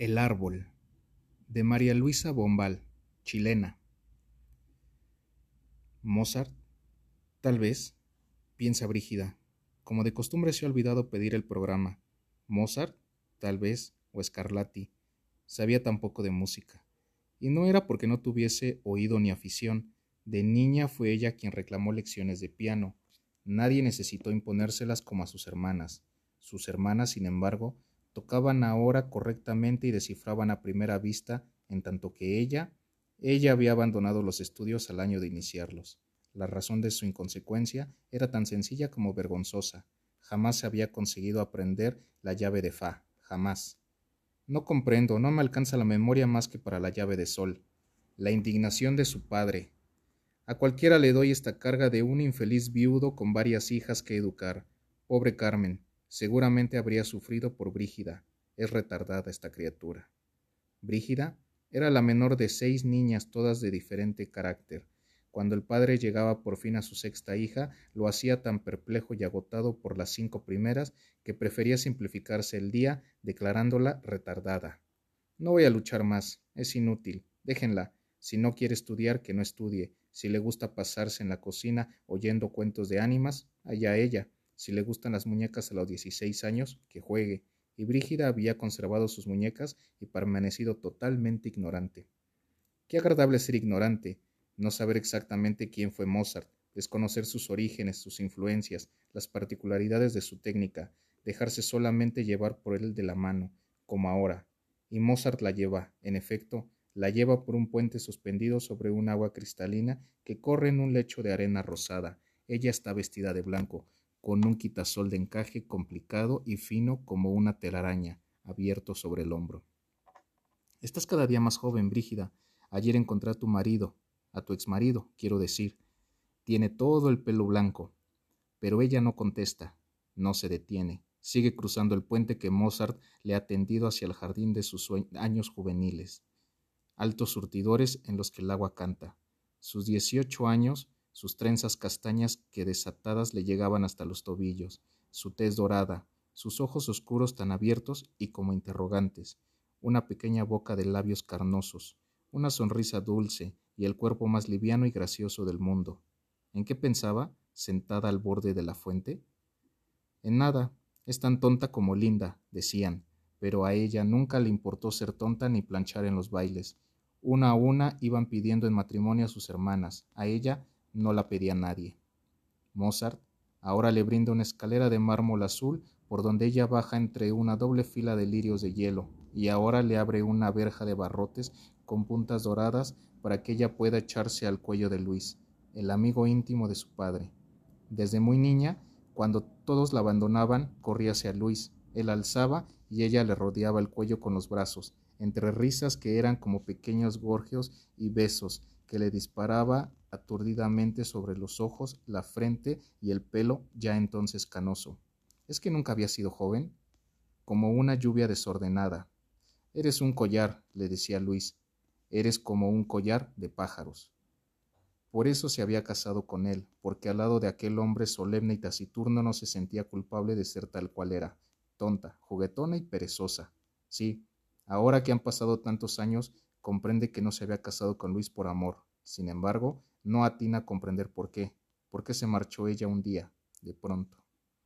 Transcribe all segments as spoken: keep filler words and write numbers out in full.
El árbol, de María Luisa Bombal, chilena. Mozart, tal vez, piensa Brígida. Como de costumbre se ha olvidado pedir el programa. Mozart, tal vez, o Scarlatti. Sabía tan poco de música. Y no era porque no tuviese oído ni afición. De niña fue ella quien reclamó lecciones de piano. Nadie necesitó imponérselas como a sus hermanas. Sus hermanas, sin embargo, tocaban ahora correctamente y descifraban a primera vista, en tanto que ella, ella había abandonado los estudios al año de iniciarlos. La razón de su inconsecuencia era tan sencilla como vergonzosa. Jamás se había conseguido aprender la llave de fa, jamás. No comprendo, no me alcanza la memoria más que para la llave de sol. La indignación de su padre. A cualquiera le doy esta carga de un infeliz viudo con varias hijas que educar. Pobre Carmen, seguramente habría sufrido por Brígida. Es retardada esta criatura. Brígida era la menor de seis niñas, todas de diferente carácter. Cuando el padre llegaba por fin a su sexta hija, lo hacía tan perplejo y agotado por las cinco primeras que prefería simplificarse el día, declarándola retardada. No voy a luchar más, es inútil, déjenla. Si no quiere estudiar, que no estudie. Si le gusta pasarse en la cocina oyendo cuentos de ánimas, allá ella. Si le gustan las muñecas a los dieciséis años, que juegue. Y Brígida había conservado sus muñecas y permanecido totalmente ignorante. Qué agradable ser ignorante, no saber exactamente quién fue Mozart, desconocer sus orígenes, sus influencias, las particularidades de su técnica, dejarse solamente llevar por él de la mano, como ahora. Y Mozart la lleva, en efecto, la lleva por un puente suspendido sobre un agua cristalina que corre en un lecho de arena rosada. Ella está vestida de blanco, con un quitasol de encaje complicado y fino como una telaraña, abierto sobre el hombro. Estás cada día más joven, Brígida. Ayer encontré a tu marido, a tu exmarido, quiero decir. Tiene todo el pelo blanco. Pero ella no contesta, no se detiene. Sigue cruzando el puente que Mozart le ha tendido hacia el jardín de sus años juveniles. Altos surtidores en los que el agua canta. Sus dieciocho años, sus trenzas castañas que desatadas le llegaban hasta los tobillos, su tez dorada, sus ojos oscuros tan abiertos y como interrogantes, una pequeña boca de labios carnosos, una sonrisa dulce y el cuerpo más liviano y gracioso del mundo. ¿En qué pensaba, sentada al borde de la fuente? En nada, es tan tonta como linda, decían, pero a ella nunca le importó ser tonta ni planchar en los bailes. Una a una iban pidiendo en matrimonio a sus hermanas, a ella no la pedía nadie. Mozart ahora le brinda una escalera de mármol azul por donde ella baja entre una doble fila de lirios de hielo, y ahora le abre una verja de barrotes con puntas doradas para que ella pueda echarse al cuello de Luis, el amigo íntimo de su padre. Desde muy niña, cuando todos la abandonaban, corría hacia Luis. Él alzaba y ella le rodeaba el cuello con los brazos, entre risas que eran como pequeños gorjeos y besos que le disparaba aturdidamente sobre los ojos, la frente y el pelo ya entonces canoso. ¿Es que nunca había sido joven? Como una lluvia desordenada. Eres un collar, le decía Luis. Eres como un collar de pájaros. Por eso se había casado con él, porque al lado de aquel hombre solemne y taciturno no se sentía culpable de ser tal cual era, tonta, juguetona y perezosa. Sí, ahora que han pasado tantos años, comprende que no se había casado con Luis por amor. Sin embargo, no atina a comprender por qué, por qué se marchó ella un día, de pronto.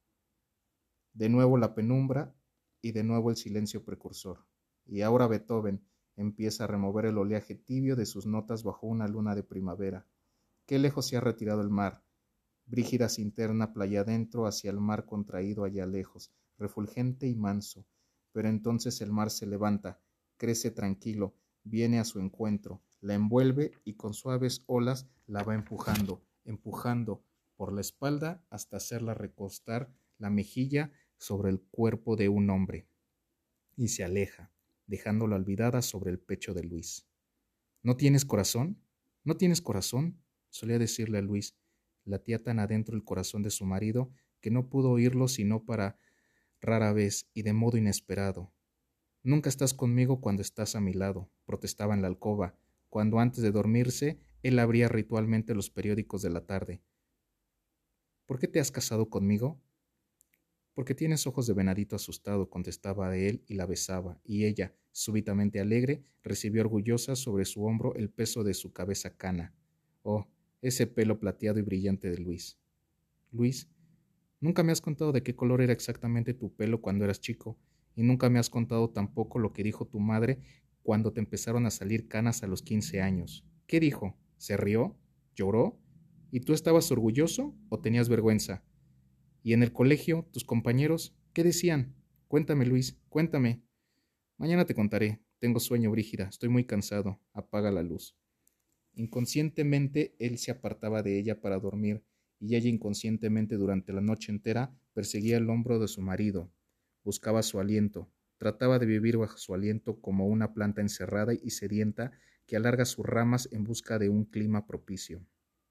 De nuevo la penumbra y de nuevo el silencio precursor. Y ahora Beethoven empieza a remover el oleaje tibio de sus notas bajo una luna de primavera. Qué lejos se ha retirado el mar. Brígida se interna playa adentro hacia el mar contraído allá lejos, refulgente y manso. Pero entonces el mar se levanta, crece tranquilo, viene a su encuentro, la envuelve y con suaves olas la va empujando, empujando por la espalda hasta hacerla recostar la mejilla sobre el cuerpo de un hombre. Y se aleja, dejándola olvidada sobre el pecho de Luis. ¿No tienes corazón? ¿No tienes corazón?, solía decirle a Luis. Latía tan adentro el corazón de su marido que no pudo oírlo sino para rara vez y de modo inesperado. Nunca estás conmigo cuando estás a mi lado, protestaba en la alcoba, cuando antes de dormirse él abría ritualmente los periódicos de la tarde. ¿Por qué te has casado conmigo? Porque tienes ojos de venadito asustado, contestaba de él y la besaba, y ella, súbitamente alegre, recibió orgullosa sobre su hombro el peso de su cabeza cana. Oh, ese pelo plateado y brillante de Luis. Luis, nunca me has contado de qué color era exactamente tu pelo cuando eras chico, y nunca me has contado tampoco lo que dijo tu madre cuando te empezaron a salir canas a los quince años. ¿Qué dijo? ¿Se rió? ¿Lloró? ¿Y tú estabas orgulloso o tenías vergüenza? ¿Y en el colegio, tus compañeros, qué decían? Cuéntame, Luis, cuéntame. Mañana te contaré. Tengo sueño, Brígida. Estoy muy cansado. Apaga la luz. Inconscientemente, él se apartaba de ella para dormir, y ella inconscientemente durante la noche entera perseguía el hombro de su marido. Buscaba su aliento. Trataba de vivir bajo su aliento como una planta encerrada y sedienta que alarga sus ramas en busca de un clima propicio.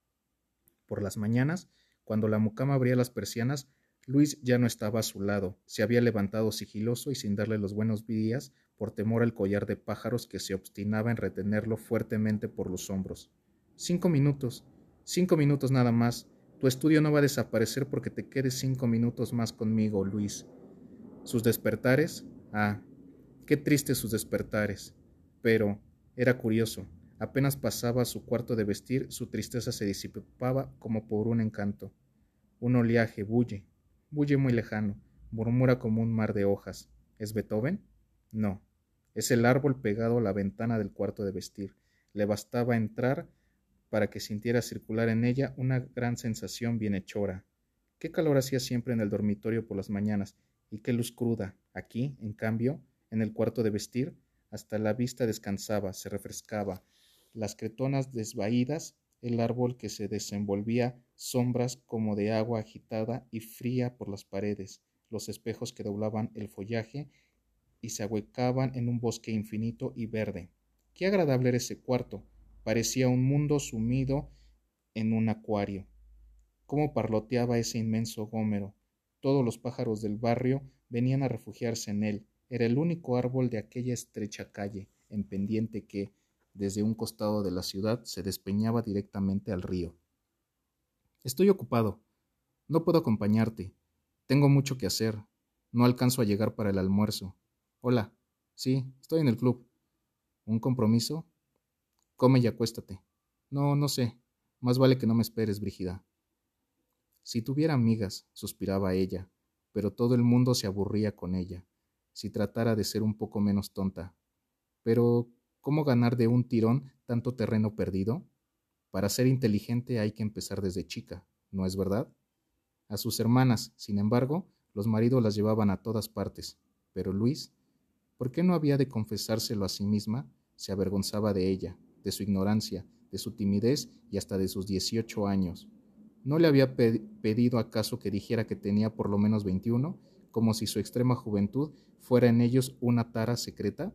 Por las mañanas, cuando la mucama abría las persianas, Luis ya no estaba a su lado. Se había levantado sigiloso y sin darle los buenos días por temor al collar de pájaros que se obstinaba en retenerlo fuertemente por los hombros. Cinco minutos, cinco minutos nada más. Tu estudio no va a desaparecer porque te quedes cinco minutos más conmigo, Luis. Sus despertares, ah, qué tristes sus despertares. Pero era curioso. Apenas pasaba a su cuarto de vestir, su tristeza se disipaba como por un encanto. Un oleaje bulle, bulle muy lejano, murmura como un mar de hojas. ¿Es Beethoven? No. Es el árbol pegado a la ventana del cuarto de vestir. Le bastaba entrar para que sintiera circular en ella una gran sensación bienhechora. Qué calor hacía siempre en el dormitorio por las mañanas, y qué luz cruda. Aquí, en cambio, en el cuarto de vestir, hasta la vista descansaba, se refrescaba. Las cretonas desvaídas, el árbol que se desenvolvía sombras como de agua agitada y fría por las paredes, los espejos que doblaban el follaje y se ahuecaban en un bosque infinito y verde. Qué agradable era ese cuarto. Parecía un mundo sumido en un acuario. Cómo parloteaba ese inmenso gómero. Todos los pájaros del barrio venían a refugiarse en él. Era el único árbol de aquella estrecha calle, en pendiente que, desde un costado de la ciudad, se despeñaba directamente al río. Estoy ocupado. No puedo acompañarte. Tengo mucho que hacer. No alcanzo a llegar para el almuerzo. Hola. Sí, estoy en el club. ¿Un compromiso? Come y acuéstate. No, no sé. Más vale que no me esperes, Brígida. Si tuviera amigas, suspiraba ella, pero todo el mundo se aburría con ella. Si tratara de ser un poco menos tonta. Pero, ¿cómo ganar de un tirón tanto terreno perdido? Para ser inteligente hay que empezar desde chica, ¿no es verdad? A sus hermanas, sin embargo, los maridos las llevaban a todas partes, pero Luis, ¿por qué no había de confesárselo a sí misma? Se avergonzaba de ella, de su ignorancia, de su timidez y hasta de sus dieciocho años. ¿No le había pe- pedido acaso que dijera que tenía por lo menos veintiuno, como si su extrema juventud fuera en ellos una tara secreta?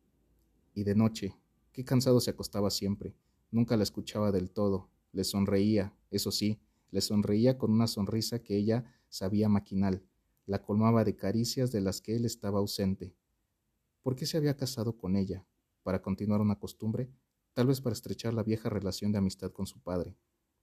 Y de noche, qué cansado se acostaba siempre. Nunca la escuchaba del todo. Le sonreía, eso sí, le sonreía con una sonrisa que ella sabía maquinal. La colmaba de caricias de las que él estaba ausente. ¿Por qué se había casado con ella? ¿Para continuar una costumbre? Tal vez para estrechar la vieja relación de amistad con su padre.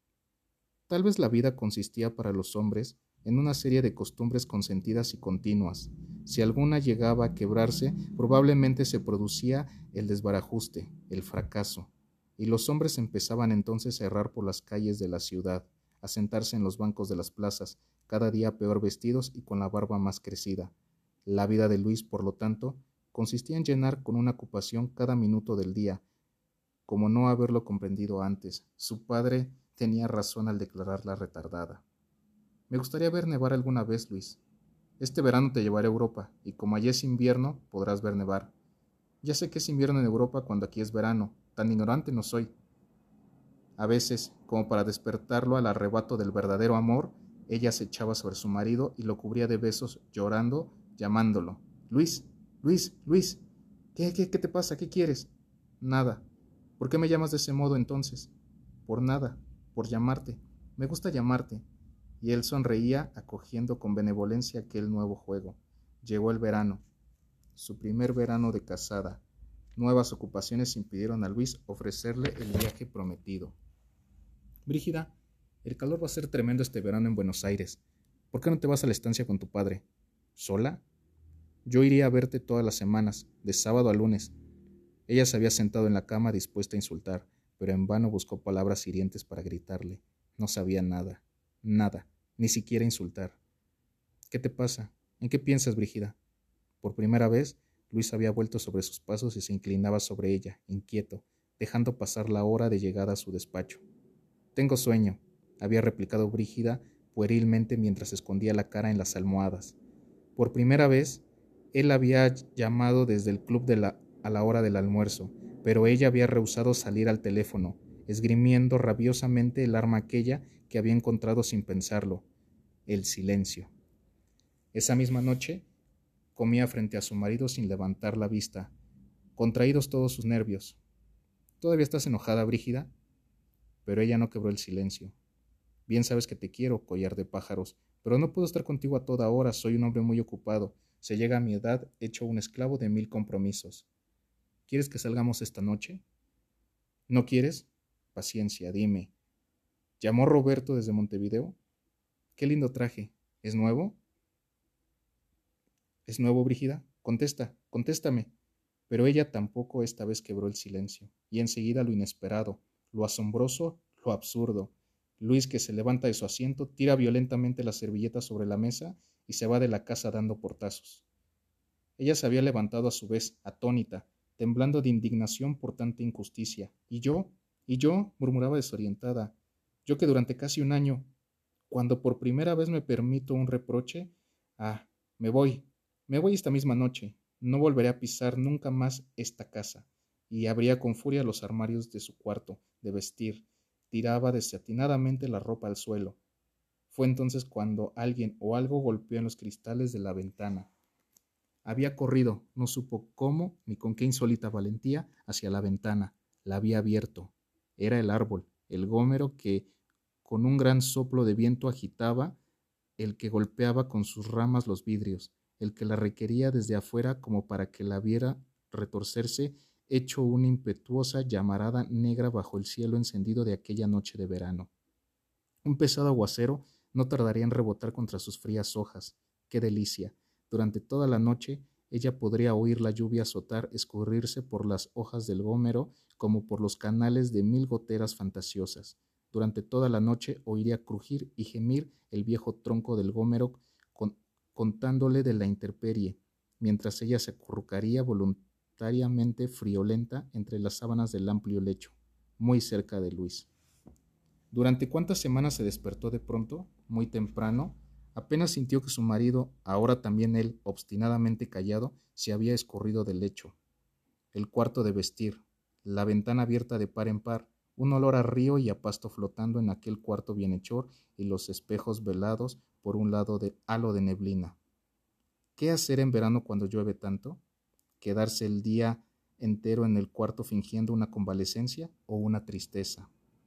Tal vez la vida consistía para los hombres en una serie de costumbres consentidas y continuas. Si alguna llegaba a quebrarse, probablemente se producía el desbarajuste, el fracaso, y los hombres empezaban entonces a errar por las calles de la ciudad, a sentarse en los bancos de las plazas, cada día peor vestidos y con la barba más crecida. La vida de Luis, por lo tanto, consistía en llenar con una ocupación cada minuto del día, como no haberlo comprendido antes. Su padre tenía razón al declararla retardada. Me gustaría ver nevar alguna vez, Luis. Este verano te llevaré a Europa, y como allí es invierno, podrás ver nevar. Ya sé que es invierno en Europa cuando aquí es verano. Tan ignorante no soy. A veces, como para despertarlo al arrebato del verdadero amor, ella se echaba sobre su marido y lo cubría de besos, llorando, llamándolo. Luis, Luis, Luis. ¿Qué, qué, qué te pasa? ¿Qué quieres? Nada. ¿Por qué me llamas de ese modo entonces? Por nada, por llamarte. Me gusta llamarte. Y él sonreía, acogiendo con benevolencia aquel nuevo juego. Llegó el verano, su primer verano de casada. Nuevas ocupaciones impidieron a Luis ofrecerle el viaje prometido. Brígida, el calor va a ser tremendo este verano en Buenos Aires. ¿Por qué no te vas a la estancia con tu padre? ¿Sola? Yo iría a verte todas las semanas, de sábado a lunes. Ella se había sentado en la cama dispuesta a insultar, pero en vano buscó palabras hirientes para gritarle. No sabía nada, nada, ni siquiera insultar. ¿Qué te pasa? ¿En qué piensas, Brígida? Por primera vez, Luis había vuelto sobre sus pasos y se inclinaba sobre ella, inquieto, dejando pasar la hora de llegada a su despacho. Tengo sueño, había replicado Brígida puerilmente mientras escondía la cara en las almohadas. Por primera vez, él había llamado desde el club de la, a la hora del almuerzo, pero ella había rehusado salir al teléfono, esgrimiendo rabiosamente el arma aquella que había encontrado sin pensarlo, el silencio. Esa misma noche, comía frente a su marido sin levantar la vista, contraídos todos sus nervios. ¿Todavía estás enojada, Brígida? Pero ella no quebró el silencio. Bien sabes que te quiero, collar de pájaros, pero no puedo estar contigo a toda hora, soy un hombre muy ocupado. Se llega a mi edad hecho un esclavo de mil compromisos. ¿Quieres que salgamos esta noche? ¿No quieres? Paciencia, dime. ¿Llamó Roberto desde Montevideo? Qué lindo traje. ¿Es nuevo? ¿Es nuevo, Brígida? Contesta, contéstame. Pero ella tampoco esta vez quebró el silencio, y enseguida lo inesperado, lo asombroso, lo absurdo. Luis, que se levanta de su asiento, tira violentamente la servilleta sobre la mesa y se va de la casa dando portazos. Ella se había levantado a su vez, atónita, temblando de indignación por tanta injusticia. ¿Y yo? ¿Y yo? Murmuraba desorientada. Yo que durante casi un año, cuando por primera vez me permito un reproche, ah, me voy, me voy esta misma noche, no volveré a pisar nunca más esta casa, y abría con furia los armarios de su cuarto de vestir, tiraba desatinadamente la ropa al suelo. Fue entonces cuando alguien o algo golpeó en los cristales de la ventana. Había corrido, no supo cómo ni con qué insólita valentía, hacia la ventana. La había abierto. Era el árbol, el gómero que, con un gran soplo de viento, agitaba, el que golpeaba con sus ramas los vidrios, el que la requería desde afuera como para que la viera retorcerse, hecho una impetuosa llamarada negra bajo el cielo encendido de aquella noche de verano. Un pesado aguacero no tardaría en rebotar contra sus frías hojas. ¡Qué delicia! Durante toda la noche ella podría oír la lluvia azotar, escurrirse por las hojas del gómero como por los canales de mil goteras fantasiosas. Durante toda la noche oiría crujir y gemir el viejo tronco del gómero con, contándole de la intemperie, mientras ella se acurrucaría voluntariamente friolenta entre las sábanas del amplio lecho, muy cerca de Luis. Durante cuántas semanas se despertó de pronto, muy temprano, apenas sintió que su marido, ahora también él, obstinadamente callado, se había escurrido del lecho. El cuarto de vestir, la ventana abierta de par en par, un olor a río y a pasto flotando en aquel cuarto bienhechor y los espejos velados por un lado de halo de neblina. ¿Qué hacer en verano cuando llueve tanto? ¿Quedarse el día entero en el cuarto fingiendo una convalecencia o una tristeza?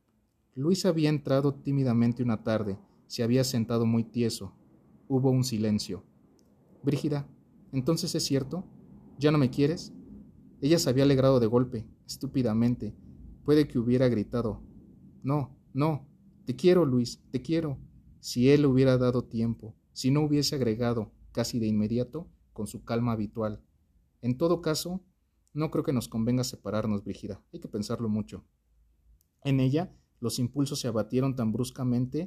Luis había entrado tímidamente una tarde, se había sentado muy tieso. Hubo un silencio. Brígida, ¿entonces es cierto? ¿Ya no me quieres? Ella se había alegrado de golpe, estúpidamente. Puede que hubiera gritado. No, no, te quiero, Luis, te quiero. Si él hubiera dado tiempo, si no hubiese agregado, casi de inmediato, con su calma habitual. En todo caso, no creo que nos convenga separarnos, Brígida. Hay que pensarlo mucho. En ella, los impulsos se abatieron tan bruscamente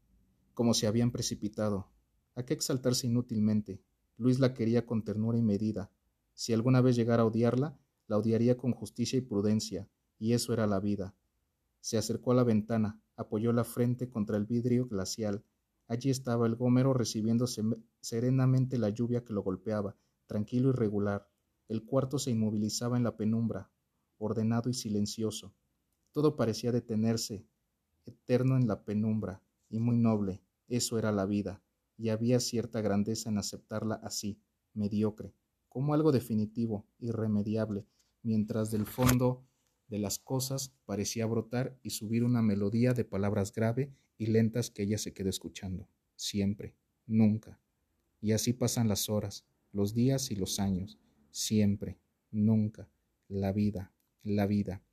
como se habían precipitado. ¿A qué exaltarse inútilmente? Luis la quería con ternura y medida. Si alguna vez llegara a odiarla, la odiaría con justicia y prudencia, y eso era la vida. Se acercó a la ventana, apoyó la frente contra el vidrio glacial. Allí estaba el gómero recibiendo serenamente la lluvia que lo golpeaba, tranquilo y regular. El cuarto se inmovilizaba en la penumbra, ordenado y silencioso. Todo parecía detenerse, eterno en la penumbra, y muy noble. Eso era la vida, y había cierta grandeza en aceptarla así, mediocre, como algo definitivo, irremediable, mientras del fondo de las cosas parecía brotar y subir una melodía de palabras grave y lentas que ella se quedó escuchando, siempre, nunca. Y así pasan las horas, los días y los años, siempre, nunca, la vida, la vida.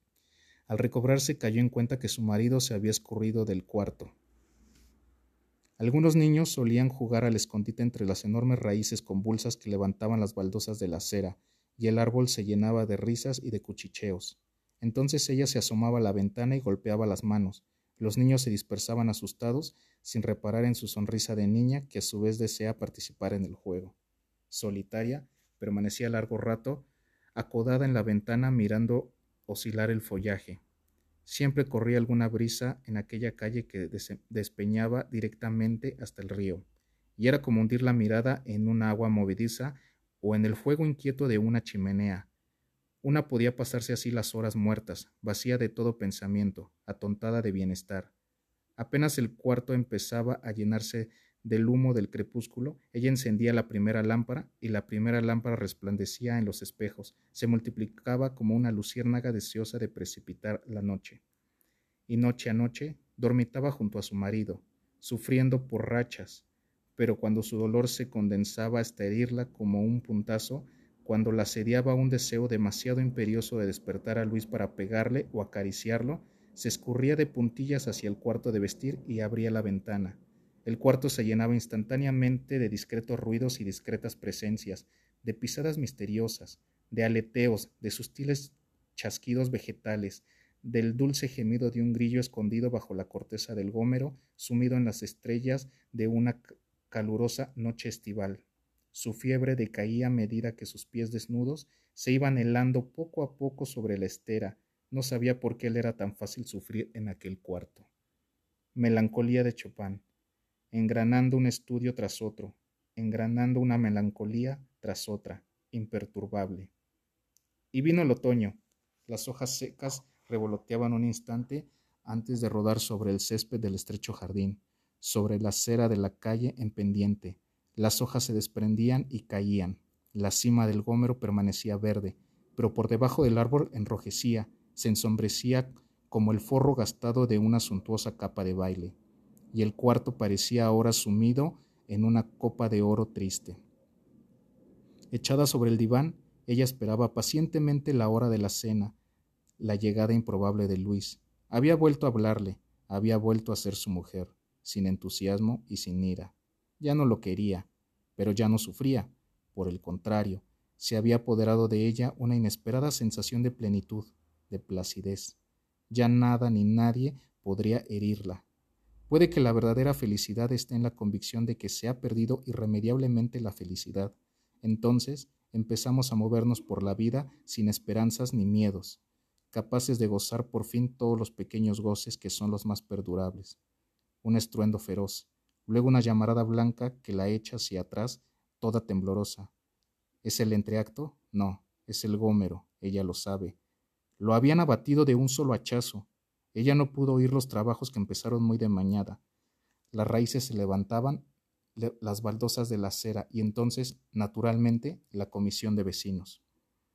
Al recobrarse cayó en cuenta que su marido se había escurrido del cuarto. Algunos niños solían jugar al escondite entre las enormes raíces convulsas que levantaban las baldosas de la acera, y el árbol se llenaba de risas y de cuchicheos. Entonces ella se asomaba a la ventana y golpeaba las manos. Los niños se dispersaban asustados, sin reparar en su sonrisa de niña, que a su vez desea participar en el juego. Solitaria, permanecía largo rato, acodada en la ventana mirando oscilar el follaje. Siempre corría alguna brisa en aquella calle que des- despeñaba directamente hasta el río, y era como hundir la mirada en un agua movediza o en el fuego inquieto de una chimenea. Una podía pasarse así las horas muertas, vacía de todo pensamiento, atontada de bienestar. Apenas el cuarto empezaba a llenarse del humo del crepúsculo, ella encendía la primera lámpara y la primera lámpara resplandecía en los espejos, se multiplicaba como una luciérnaga deseosa de precipitar la noche. Y noche a noche dormitaba junto a su marido, sufriendo por rachas, pero cuando su dolor se condensaba hasta herirla como un puntazo, cuando la asediaba un deseo demasiado imperioso de despertar a Luis para pegarle o acariciarlo, se escurría de puntillas hacia el cuarto de vestir y abría la ventana. El cuarto se llenaba instantáneamente de discretos ruidos y discretas presencias, de pisadas misteriosas, de aleteos, de sutiles chasquidos vegetales, del dulce gemido de un grillo escondido bajo la corteza del gómero, sumido en las estrellas de una calurosa noche estival. Su fiebre decaía a medida que sus pies desnudos se iban helando poco a poco sobre la estera. No sabía por qué le era tan fácil sufrir en aquel cuarto. Melancolía de Chopin, engranando un estudio tras otro, engranando una melancolía tras otra, imperturbable. Y vino el otoño. Las hojas secas revoloteaban un instante antes de rodar sobre el césped del estrecho jardín, sobre la acera de la calle en pendiente. Las hojas se desprendían y caían. La cima del gómero permanecía verde, pero por debajo del árbol enrojecía, se ensombrecía como el forro gastado de una suntuosa capa de baile, y el cuarto parecía ahora sumido en una copa de oro triste. Echada sobre el diván, ella esperaba pacientemente la hora de la cena, la llegada improbable de Luis. Había vuelto a hablarle, había vuelto a ser su mujer, sin entusiasmo y sin ira. Ya no lo quería, pero ya no sufría. Por el contrario, se había apoderado de ella una inesperada sensación de plenitud, de placidez. Ya nada ni nadie podría herirla. Puede que la verdadera felicidad esté en la convicción de que se ha perdido irremediablemente la felicidad. Entonces empezamos a movernos por la vida sin esperanzas ni miedos, capaces de gozar por fin todos los pequeños goces que son los más perdurables. Un estruendo feroz, luego una llamarada blanca que la echa hacia atrás, toda temblorosa. ¿Es el entreacto? No, es el gómero, ella lo sabe. Lo habían abatido de un solo hachazo. Ella no pudo oír los trabajos que empezaron muy de mañana. Las raíces se levantaban, le, las baldosas de la acera y entonces, naturalmente, la comisión de vecinos.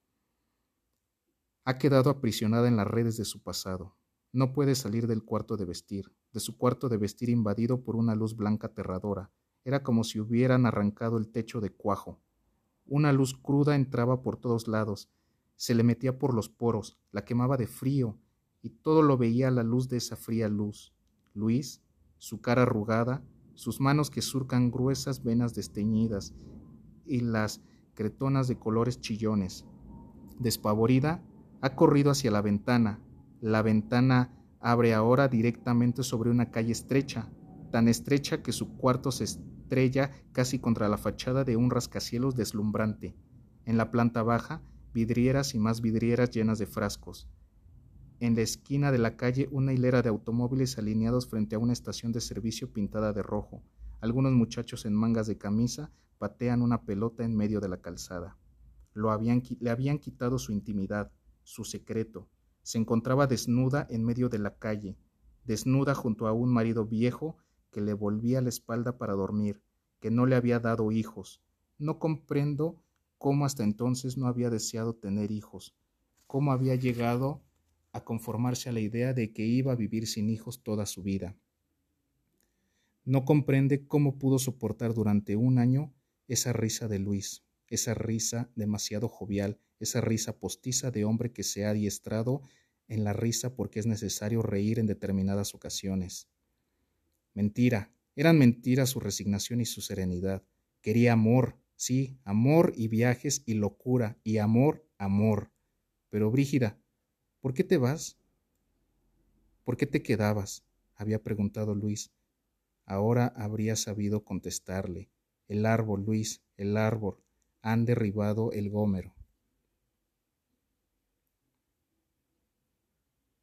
Ha quedado aprisionada en las redes de su pasado. No puede salir del cuarto de vestir, de su cuarto de vestir invadido por una luz blanca aterradora. Era como si hubieran arrancado el techo de cuajo. Una luz cruda entraba por todos lados, se le metía por los poros, la quemaba de frío, y todo lo veía a la luz de esa fría luz. Luis, su cara arrugada, sus manos que surcan gruesas venas desteñidas, y las cretonas de colores chillones. Despavorida, ha corrido hacia la ventana. La ventana abre ahora directamente sobre una calle estrecha, tan estrecha que su cuarto se estrella casi contra la fachada de un rascacielos deslumbrante. En la planta baja, vidrieras y más vidrieras llenas de frascos. En la esquina de la calle, una hilera de automóviles alineados frente a una estación de servicio pintada de rojo. Algunos muchachos en mangas de camisa patean una pelota en medio de la calzada. Lo habían, le habían quitado su intimidad, su secreto. Se encontraba desnuda en medio de la calle, desnuda junto a un marido viejo que le volvía la espalda para dormir, que no le había dado hijos. No comprendo cómo hasta entonces no había deseado tener hijos, cómo había llegado a conformarse a la idea de que iba a vivir sin hijos toda su vida. No comprende cómo pudo soportar durante un año esa risa de Luis, esa risa demasiado jovial, esa risa postiza de hombre que se ha adiestrado en la risa porque es necesario reír en determinadas ocasiones. Mentira, Eran mentiras su resignación y su serenidad. Quería amor, sí, amor y viajes y locura, y amor, amor. Pero Brígida, ¿por qué te vas? ¿Por qué te quedabas? Había preguntado Luis. Ahora habría sabido contestarle. El árbol, Luis, el árbol. Han derribado el gómero.